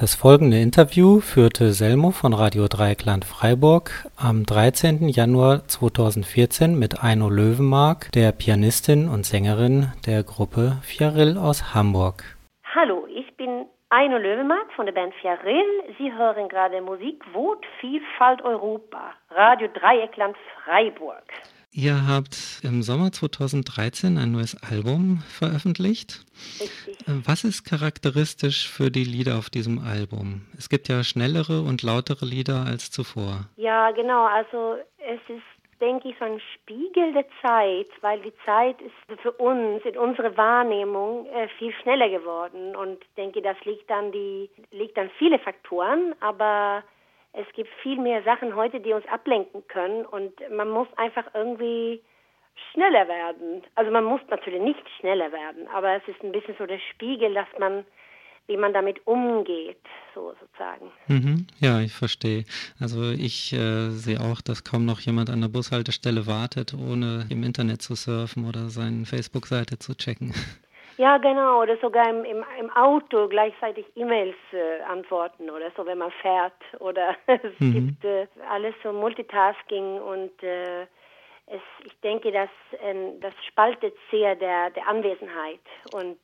Das folgende Interview führte Selmo von Radio Dreieckland Freiburg am 13. Januar 2014 mit Aino Löwenmark, der Pianistin und Sängerin der Gruppe Fjarill aus Hamburg. Hallo, ich bin Aino Löwenmark von der Band Fjarill. Sie hören gerade Musik Wut, Vielfalt Europa, Radio Dreieckland Freiburg. Ihr habt im Sommer 2013 ein neues Album veröffentlicht. Richtig. Was ist charakteristisch für die Lieder auf diesem Album? Es gibt ja schnellere und lautere Lieder als zuvor. Ja, genau. Also es ist, denke ich, so ein Spiegel der Zeit, weil die Zeit ist für uns in unserer Wahrnehmung viel schneller geworden. Und ich denke, das liegt an viele Faktoren, aber es gibt viel mehr Sachen heute, die uns ablenken können und man muss einfach irgendwie schneller werden. Also man muss natürlich nicht schneller werden, aber es ist ein bisschen so der Spiegel, wie man damit umgeht, so sozusagen. Ja, ich verstehe. Also ich sehe auch, dass kaum noch jemand an der Bushaltestelle wartet, ohne im Internet zu surfen oder seine Facebook-Seite zu checken. Ja, genau, oder sogar im Auto gleichzeitig E-Mails antworten oder so, wenn man fährt. Oder es gibt alles so Multitasking und ich denke, das spaltet sehr der Anwesenheit und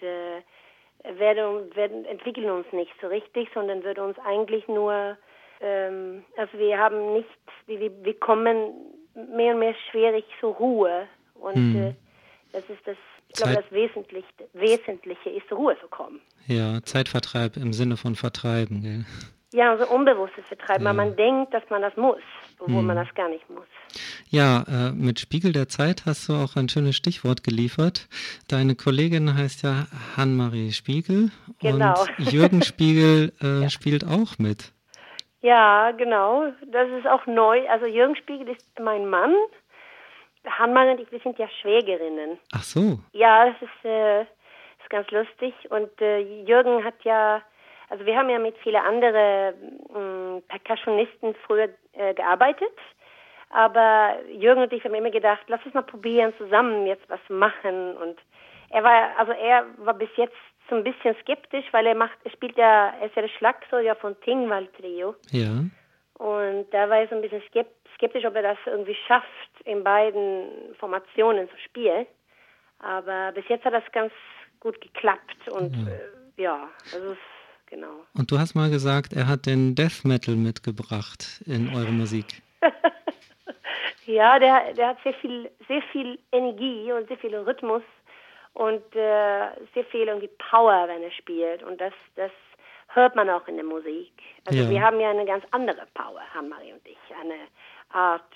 entwickeln uns nicht so richtig, sondern wird uns eigentlich nur, also wir kommen mehr und mehr schwierig zur Ruhe und das ist ich glaube, das Wesentliche ist, zur Ruhe zu kommen. Ja, Zeitvertreib im Sinne von Vertreiben, gell? Ja, also unbewusstes Vertreiben, weil man denkt, dass man das muss, obwohl man das gar nicht muss. Ja, mit Spiegel der Zeit hast du auch ein schönes Stichwort geliefert. Deine Kollegin heißt ja Annemarie Spiegel. Genau. Und Jürgen Spiegel spielt auch mit. Ja, genau. Das ist auch neu. Also Jürgen Spiegel ist mein Mann. Annemarie und ich, wir sind ja Schwägerinnen. Ach so. Ja, das ist ganz lustig. Und Jürgen hat ja, also wir haben ja mit vielen anderen Percussionisten früher gearbeitet. Aber Jürgen und ich haben immer gedacht, lass uns mal probieren, zusammen jetzt was machen. Und er war bis jetzt so ein bisschen skeptisch, weil er ist ja der Schlagzeuger von Tingwall Trio. Ja. Und da war er so ein bisschen skeptisch, ob er das irgendwie schafft, in beiden Formationen zu spielen. Aber bis jetzt hat das ganz gut geklappt und also genau. Und du hast mal gesagt, er hat den Death Metal mitgebracht in eure Musik. Ja, der hat sehr viel Energie und sehr viel Rhythmus und sehr viel irgendwie Power, wenn er spielt. Und das hört man auch in der Musik. Also wir haben ja eine ganz andere Power, Annemarie und ich. Eine Art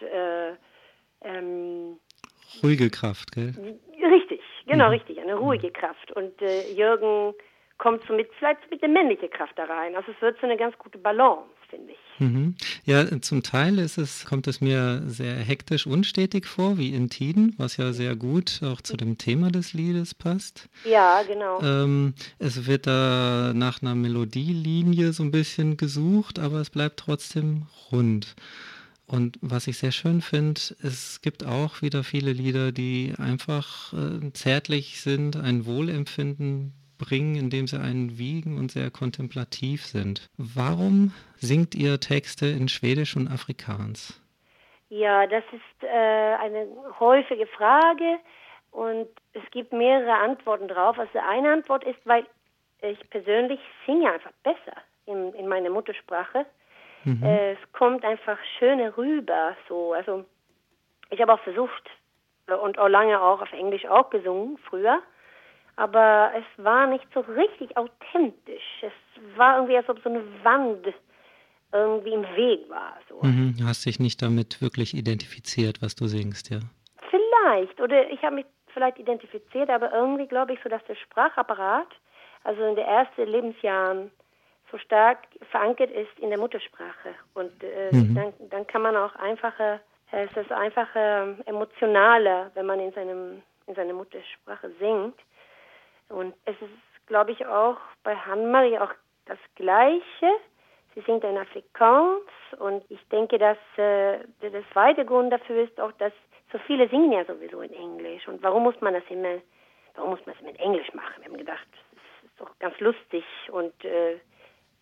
ruhige Kraft, gell? Richtig, genau, richtig. Eine ruhige Kraft. Und Jürgen kommt vielleicht mit der männlichen Kraft da rein. Also es wird so eine ganz gute Balance, finde ich. Ja, zum Teil kommt es mir sehr hektisch unstetig vor, wie in Tiden, was ja sehr gut auch zu dem Thema des Liedes passt. Ja, genau. Es wird da nach einer Melodielinie so ein bisschen gesucht, aber es bleibt trotzdem rund. Und was ich sehr schön finde, es gibt auch wieder viele Lieder, die einfach zärtlich sind, ein Wohlempfinden bringen, indem sie einen wiegen und sehr kontemplativ sind. Warum singt ihr Texte in Schwedisch und Afrikaans? Ja, das ist eine häufige Frage und es gibt mehrere Antworten drauf. Also eine Antwort ist, weil ich persönlich singe einfach besser in meiner Muttersprache. Es kommt einfach schöner rüber. So. Also ich habe auch versucht und auch lange auch auf Englisch auch gesungen früher. Aber es war nicht so richtig authentisch. Es war irgendwie, als ob so eine Wand irgendwie im Weg war. So. Du hast dich nicht damit wirklich identifiziert, was du singst, ja? Vielleicht. Oder ich habe mich vielleicht identifiziert, aber irgendwie glaube ich so, dass der Sprachapparat, also in den ersten Lebensjahren, so stark verankert ist in der Muttersprache. Und dann kann man auch es ist einfacher, emotionaler, wenn man in seiner Muttersprache singt. Und es ist, glaube ich, auch bei Annemarie auch das Gleiche. Sie singt in Afrikaans und ich denke, dass der zweite Grund dafür ist auch, dass so viele singen ja sowieso in Englisch. Und warum muss man es immer in Englisch machen? Wir haben gedacht, das ist doch ganz lustig und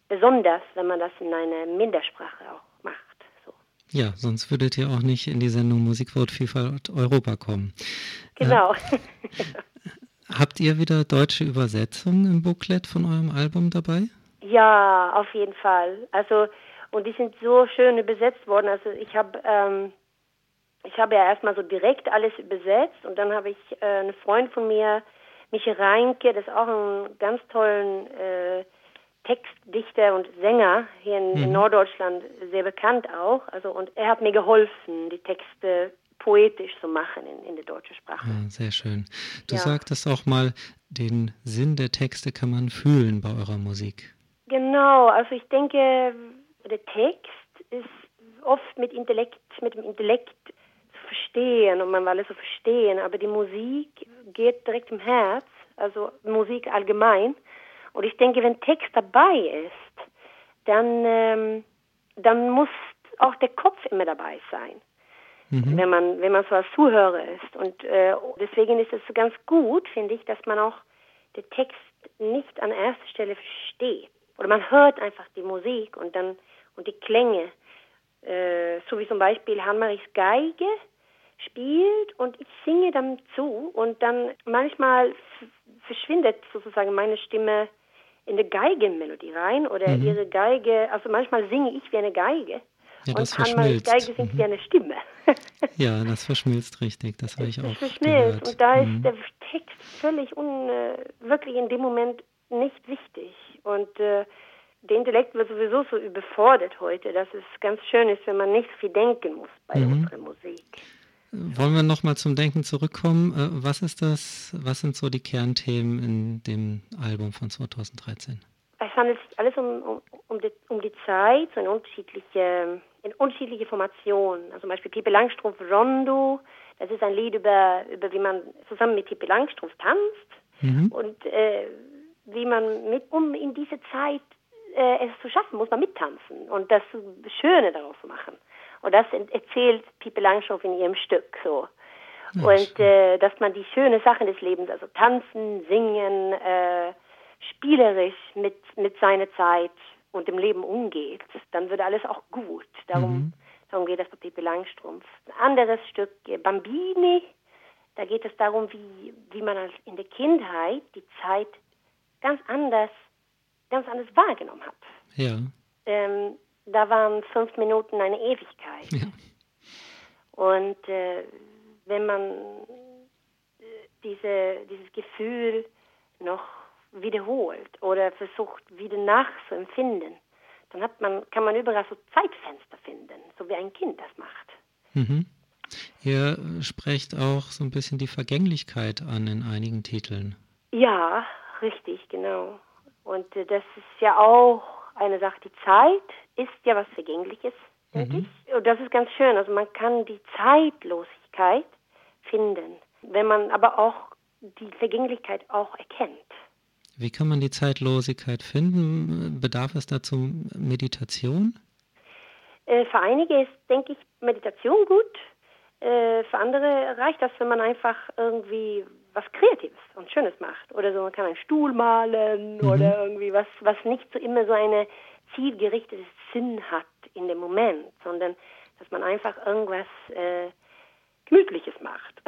besonders, wenn man das in einer Mindersprache auch macht. So. Ja, sonst würdet ihr auch nicht in die Sendung Musikvielfalt Europa kommen. Genau. Habt ihr wieder deutsche Übersetzungen im Booklet von eurem Album dabei? Ja, auf jeden Fall. Also, und die sind so schön übersetzt worden. Also ich habe ja erstmal so direkt alles übersetzt und dann habe ich einen Freund von mir, Michael Reinke, das ist auch ein ganz tollen Textdichter und Sänger hier in Norddeutschland, sehr bekannt auch. Also, und er hat mir geholfen, die Texte poetisch zu machen in der deutschen Sprache. Ja, sehr schön. Du sagtest auch mal, den Sinn der Texte kann man fühlen bei eurer Musik. Genau, also ich denke, der Text ist oft mit dem Intellekt zu verstehen und man will alles so verstehen, aber die Musik geht direkt im Herz, also Musik allgemein. Und ich denke, wenn Text dabei ist, dann muss auch der Kopf immer dabei sein, wenn man so als Zuhörer ist. Und deswegen ist es ganz gut, finde ich, dass man auch den Text nicht an erster Stelle versteht. Oder man hört einfach die Musik und die Klänge. So wie zum Beispiel Hanmarichs Geige spielt und ich singe dann zu und dann manchmal verschwindet sozusagen meine Stimme in die Geigenmelodie rein oder ihre Geige, also manchmal singe ich wie eine Geige und Hanmarichs Geige singt wie eine Stimme. Ja, das verschmilzt richtig, das habe ich auch verschmilzt gehört. Und da ist der Text völlig wirklich in dem Moment nicht wichtig und der Intellekt wird sowieso so überfordert heute, dass es ganz schön ist, wenn man nicht so viel denken muss bei unserer Musik. Wollen wir nochmal zum Denken zurückkommen? Was sind so die Kernthemen in dem Album von 2013? Es handelt sich alles um die Zeit, so in unterschiedliche Formationen. Also zum Beispiel Pippi Langstrumpf Rondo, das ist ein Lied über wie man zusammen mit Pippi Langstrumpf tanzt und wie man um in diese Zeit es zu schaffen, muss man mittanzen und das Schöne daraus machen. Und das erzählt Pippi Langstrumpf in ihrem Stück so. Ja, und dass man die schönen Sachen des Lebens, also tanzen, singen, spielerisch mit seiner Zeit und dem Leben umgeht, dann wird alles auch gut. Darum geht das bei Pippi Langstrumpf. Ein anderes Stück, Bambini, da geht es darum, wie man in der Kindheit die Zeit ganz anders wahrgenommen hat. Ja. Da waren 5 Minuten eine Ewigkeit. Ja. Und wenn man dieses Gefühl noch wiederholt oder versucht, wieder nachzuempfinden, dann kann man überall so Zeitfenster finden, so wie ein Kind das macht. Ihr sprecht auch so ein bisschen die Vergänglichkeit an in einigen Titeln. Ja, richtig, genau. Und das ist ja auch eine Sache, die Zeit ist ja was Vergängliches, denke ich. Und das ist ganz schön. Also man kann die Zeitlosigkeit finden, wenn man aber auch die Vergänglichkeit auch erkennt. Wie kann man die Zeitlosigkeit finden? Bedarf es dazu Meditation? Für einige ist, denke ich, Meditation gut. Für andere reicht das, wenn man einfach irgendwie was Kreatives und Schönes macht. Oder so, man kann einen Stuhl malen oder irgendwie was nicht so immer so eine zielgerichtetes Sinn hat in dem Moment, sondern dass man einfach irgendwas Gemütliches macht.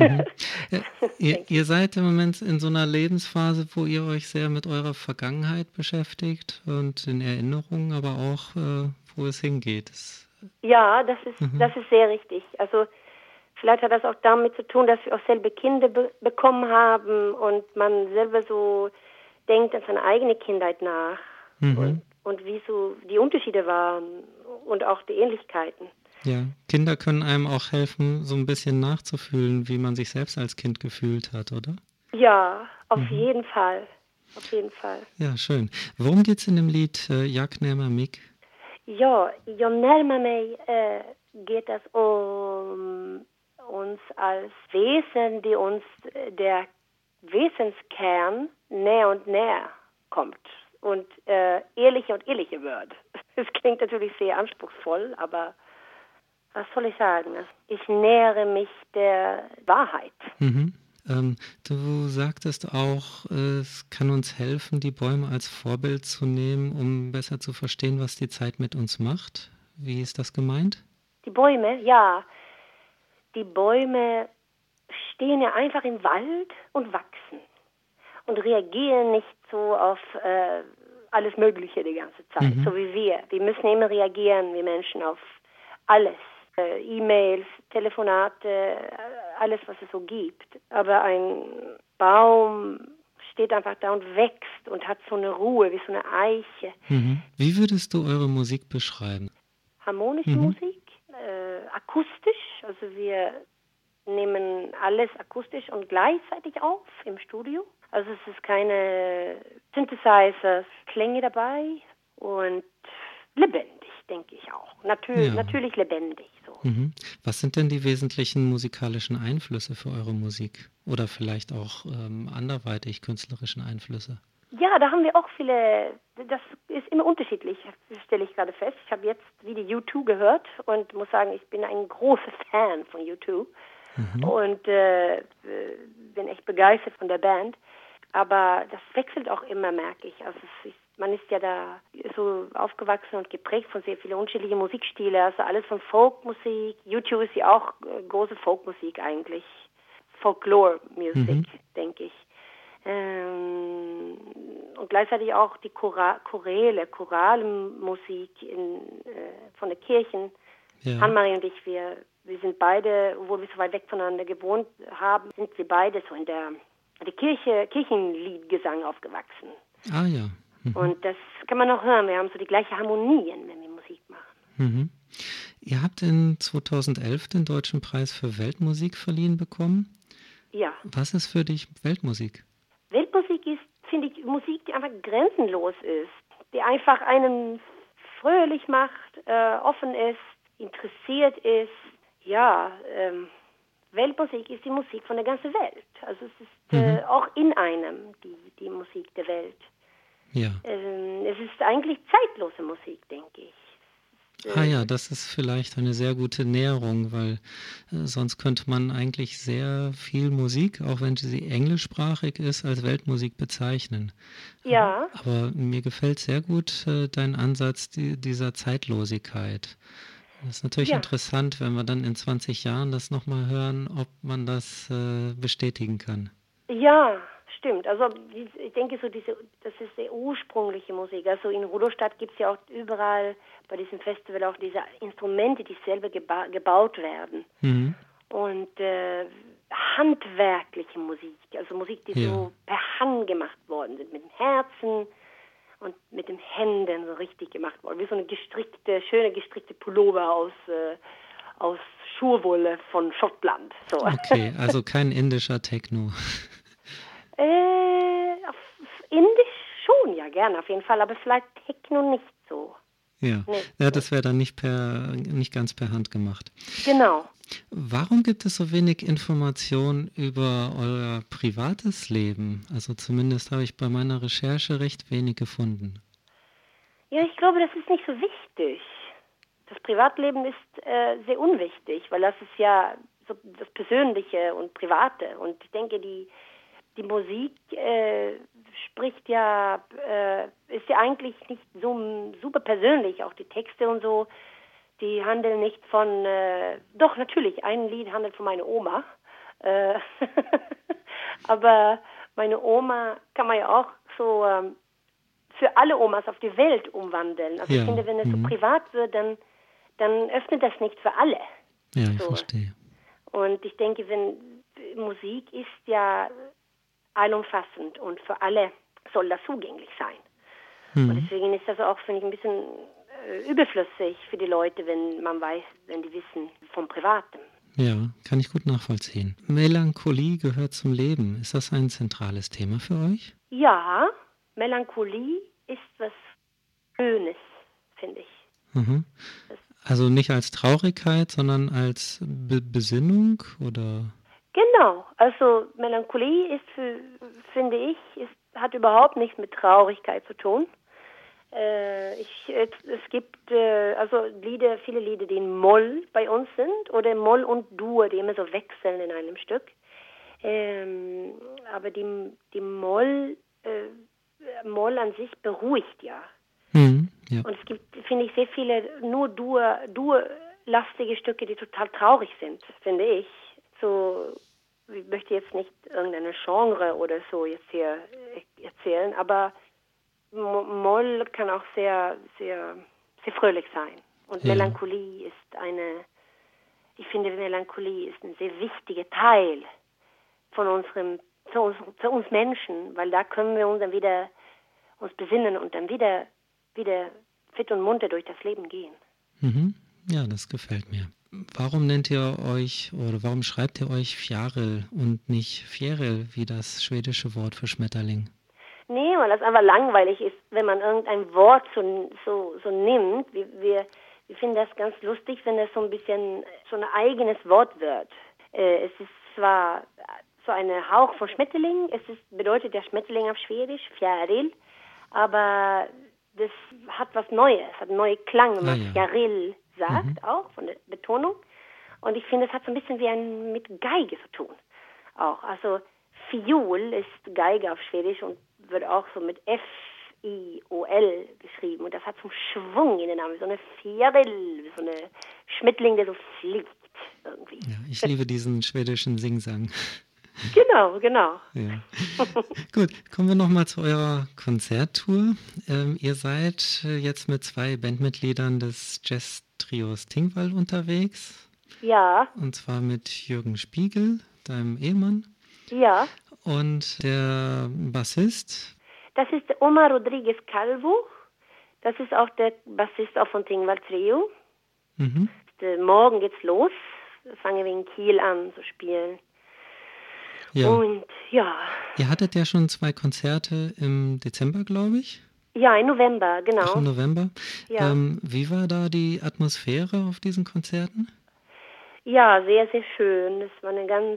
Ihr seid im Moment in so einer Lebensphase, wo ihr euch sehr mit eurer Vergangenheit beschäftigt und in Erinnerungen, aber auch, wo es hingeht. Ja, das ist sehr richtig. Also vielleicht hat das auch damit zu tun, dass wir auch selber Kinder bekommen haben und man selber so denkt an seine eigene Kindheit nach und wie so die Unterschiede waren und auch die Ähnlichkeiten. Ja, Kinder können einem auch helfen, so ein bisschen nachzufühlen, wie man sich selbst als Kind gefühlt hat, oder? Ja, auf jeden Fall. Auf jeden Fall. Ja, schön. Worum geht's in dem Lied Jak närmar mig? Ja, jag närmar mig geht es um uns als Wesen, die uns der Wesenskern näher und näher kommt und ehrlicher und ehrlicher wird. Es klingt natürlich sehr anspruchsvoll, aber was soll ich sagen? Ich nähere mich der Wahrheit. Du sagtest auch, es kann uns helfen, die Bäume als Vorbild zu nehmen, um besser zu verstehen, was die Zeit mit uns macht. Wie ist das gemeint? Die Bäume, ja. Die Bäume stehen ja einfach im Wald und wachsen und reagieren nicht so auf alles Mögliche die ganze Zeit, so wie wir. Wir müssen immer reagieren, wir Menschen, auf alles. E-Mails, Telefonate, alles, was es so gibt. Aber ein Baum steht einfach da und wächst und hat so eine Ruhe, wie so eine Eiche. Wie würdest du eure Musik beschreiben? Harmonische Musik, akustisch, also wir nehmen alles akustisch und gleichzeitig auf im Studio. Also es ist keine Synthesizer, Klänge dabei und lebendig, denke ich auch. Natürlich lebendig. So. Was sind denn die wesentlichen musikalischen Einflüsse für eure Musik? Oder vielleicht auch anderweitig künstlerischen Einflüsse? Ja, da haben wir auch viele, das ist immer unterschiedlich, stelle ich gerade fest. Ich habe jetzt wieder U2 gehört und muss sagen, ich bin ein großer Fan von U2 und bin echt begeistert von der Band. Aber das wechselt auch immer, merke ich. Also man ist ja da so aufgewachsen und geprägt von sehr vielen unterschiedlichen Musikstile. Also alles von Folkmusik. U2 ist ja auch große Folkmusik eigentlich. Folklore-Musik, denke ich. Und gleichzeitig auch die Choralmusik von den Kirchen. Ja. Annemarie und ich, wir sind beide, obwohl wir so weit weg voneinander gewohnt haben, sind wir beide so in der Kirchenliedgesang aufgewachsen. Ah ja. Und das kann man noch hören. Wir haben so die gleiche Harmonien, wenn wir Musik machen. Ihr habt in 2011 den Deutschen Preis für Weltmusik verliehen bekommen. Ja. Was ist für dich Weltmusik? Weltmusik ist, finde ich, Musik, die einfach grenzenlos ist, die einfach einen fröhlich macht, offen ist, interessiert ist. Ja, Weltmusik ist die Musik von der ganzen Welt. Also es ist auch in einem die Musik der Welt. Ja. Es ist eigentlich zeitlose Musik, denke ich. Ah ja, das ist vielleicht eine sehr gute Näherung, weil sonst könnte man eigentlich sehr viel Musik, auch wenn sie englischsprachig ist, als Weltmusik bezeichnen. Ja. Aber mir gefällt sehr gut dein Ansatz dieser Zeitlosigkeit. Das ist natürlich interessant, wenn wir dann in 20 Jahren das nochmal hören, ob man das bestätigen kann. Ja, stimmt. Also ich denke, das ist die ursprüngliche Musik. Also in Rudolstadt gibt es ja auch überall bei diesem Festival auch diese Instrumente, die selber gebaut werden. Und handwerkliche Musik, also Musik, die so per Hand gemacht worden sind, mit dem Herzen und mit den Händen so richtig gemacht worden. Wie so eine schöne gestrickte Pullover aus Schurwolle von Schottland. So. Okay, also kein indischer Techno. Auf Indisch schon, ja, gerne auf jeden Fall, aber vielleicht Techno nicht so. Ja, das wäre dann nicht ganz per Hand gemacht. Genau. Warum gibt es so wenig Information über euer privates Leben? Also zumindest habe ich bei meiner Recherche recht wenig gefunden. Ja, ich glaube, das ist nicht so wichtig. Das Privatleben ist sehr unwichtig, weil das ist ja so das Persönliche und Private. Und ich denke, die Musik ist ja eigentlich nicht so super persönlich, auch die Texte und so, die handeln nicht von, doch natürlich, ein Lied handelt von meiner Oma, aber meine Oma kann man ja auch so für alle Omas auf die Welt umwandeln. Also ich finde, wenn es so privat wird, dann öffnet das nicht für alle. Ja, ich verstehe. Und ich denke, Musik ist ja allumfassend und für alle soll das zugänglich sein. Und deswegen ist das auch, finde ich, ein bisschen überflüssig für die Leute, wenn die wissen vom Privaten. Ja, kann ich gut nachvollziehen. Melancholie gehört zum Leben. Ist das ein zentrales Thema für euch? Ja, Melancholie ist was Schönes, finde ich. Also nicht als Traurigkeit, sondern als Besinnung, oder? Genau, also Melancholie finde ich, hat überhaupt nichts mit Traurigkeit zu tun. Es gibt viele Lieder, die in Moll bei uns sind oder Moll und Dur, die immer so wechseln in einem Stück. Aber die Moll an sich beruhigt ja. Ja. Und es gibt, finde ich, sehr viele nur Dur-lastige Stücke, die total traurig sind, finde ich. So, ich möchte jetzt nicht irgendeine Genre oder so jetzt hier erzählen, aber Moll kann auch sehr, sehr, sehr fröhlich sein. Und Melancholie ist ich finde, Melancholie ist ein sehr wichtiger Teil von für uns Menschen, weil da können wir uns dann wieder besinnen und dann wieder fit und munter durch das Leben gehen. Ja, das gefällt mir. Warum nennt ihr euch oder warum schreibt ihr euch Fjäril und nicht Fjäril wie das schwedische Wort für Schmetterling? Nee, weil das einfach langweilig ist, wenn man irgendein Wort so nimmt. Wir finden das ganz lustig, wenn das so ein bisschen so ein eigenes Wort wird. Es ist zwar so ein Hauch von Schmetterling, bedeutet der Schmetterling auf Schwedisch, Fjäril, aber das hat was Neues, hat einen neuen Klang, wenn man Fjäril sagt, auch von der Betonung. Und ich finde, es hat so ein bisschen wie mit Geige zu tun. Auch. Also Fiol ist Geige auf Schwedisch und wird auch so mit F-I-O-L geschrieben. Und das hat so einen Schwung in den Namen, so eine Fjäril, so eine Schmetterling, der so fliegt irgendwie. Ja, ich liebe diesen schwedischen Singsang. Genau. Ja. Gut, kommen wir nochmal zu eurer Konzerttour. Ihr seid jetzt mit 2 Bandmitgliedern des Jazz-Trios Tingvall unterwegs. Ja. Und zwar mit Jürgen Spiegel, deinem Ehemann. Ja. Und der Bassist? Das ist Omar Rodriguez Calvo. Das ist auch der Bassist auch von Tingvall Trio. Morgen geht's los. Fangen wir in Kiel an zu spielen. Ja. Und ja. Ihr hattet ja schon 2 Konzerte im Dezember, glaube ich. Ja, im November, genau. Ach, im November. Ja. Wie war da die Atmosphäre auf diesen Konzerten? Ja, sehr, sehr schön. Das war eine ganz,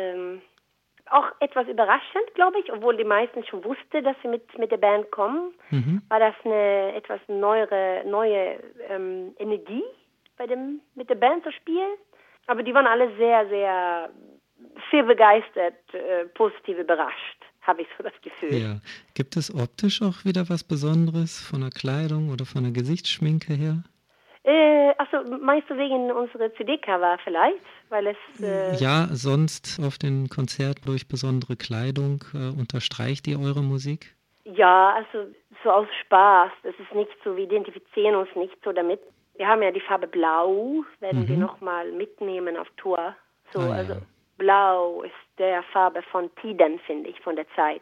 auch etwas überraschend, glaube ich, obwohl die meisten schon wussten, dass sie mit der Band kommen. War das eine etwas neue Energie mit der Band zu spielen. Aber die waren alle sehr, sehr begeistert, positiv überrascht, habe ich so das Gefühl. Ja. Gibt es optisch auch wieder was Besonderes von der Kleidung oder von der Gesichtsschminke her? Also meinst du wegen unserer CD-Cover vielleicht? Weil es ja, sonst auf den Konzerten durch besondere Kleidung unterstreicht ihr eure Musik? Ja, also so aus Spaß. Das ist nicht so, wir identifizieren uns nicht so damit. Wir haben ja die Farbe Blau, werden wir nochmal mitnehmen auf Tour. So, also Blau ist der Farbe von Tiden, finde ich, von der Zeit.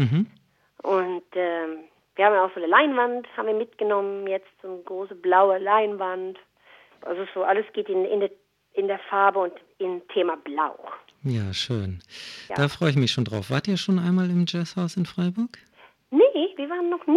Und wir haben ja auch so eine Leinwand, haben wir mitgenommen, jetzt so eine große blaue Leinwand. Also so alles geht in der Farbe und im Thema Blau. Ja, schön. Ja. Da freue ich mich schon drauf. Wart ihr schon einmal im Jazzhaus in Freiburg? Nee, wir waren noch nie.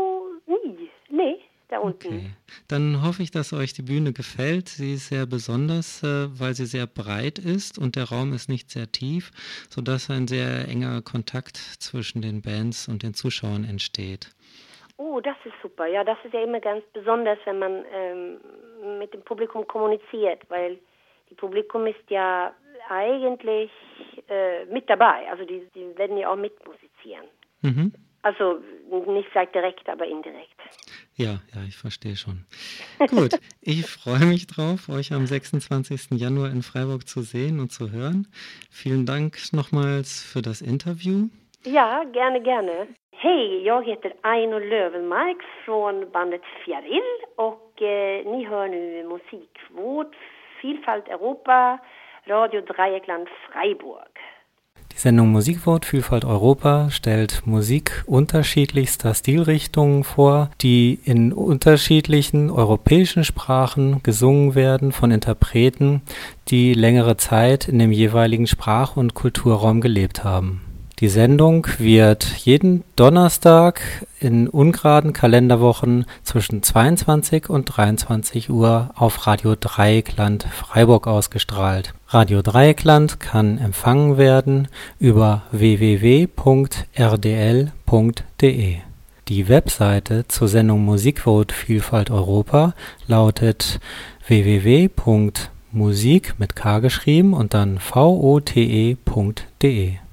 Nee, da unten. Okay, dann hoffe ich, dass euch die Bühne gefällt. Sie ist sehr besonders, weil sie sehr breit ist und der Raum ist nicht sehr tief, sodass ein sehr enger Kontakt zwischen den Bands und den Zuschauern entsteht. Oh, das ist super. Ja, das ist ja immer ganz besonders, wenn man mit dem Publikum kommuniziert, weil die Publikum ist ja eigentlich mit dabei. Also die werden ja auch mitmusizieren. Also nicht vielleicht direkt, aber indirekt. Ja, ich verstehe schon. Gut, ich freue mich drauf, euch am 26. Januar in Freiburg zu sehen und zu hören. Vielen Dank nochmals für das Interview. Ja, gerne. Hej, jag heter Aino Löwenmark från bandet Fjäril och ni hör nu Musikvård, Vielfalt Europa, Radio Dreieckland Freiburg. Die Sendung Musikvård, Vielfalt Europa stellt Musik unterschiedlichster Stilrichtungen vor, die in unterschiedlichen europäischen Sprachen gesungen werden von Interpreten, die längere Zeit in dem jeweiligen Sprach- und Kulturraum gelebt haben. Die Sendung wird jeden Donnerstag in ungeraden Kalenderwochen zwischen 22 und 23 Uhr auf Radio Dreieckland Freiburg ausgestrahlt. Radio Dreieckland kann empfangen werden über www.rdl.de. Die Webseite zur Sendung Musikvård Vielfalt Europa lautet www.musikvård.de. Musik mit K geschrieben und dann vote.de.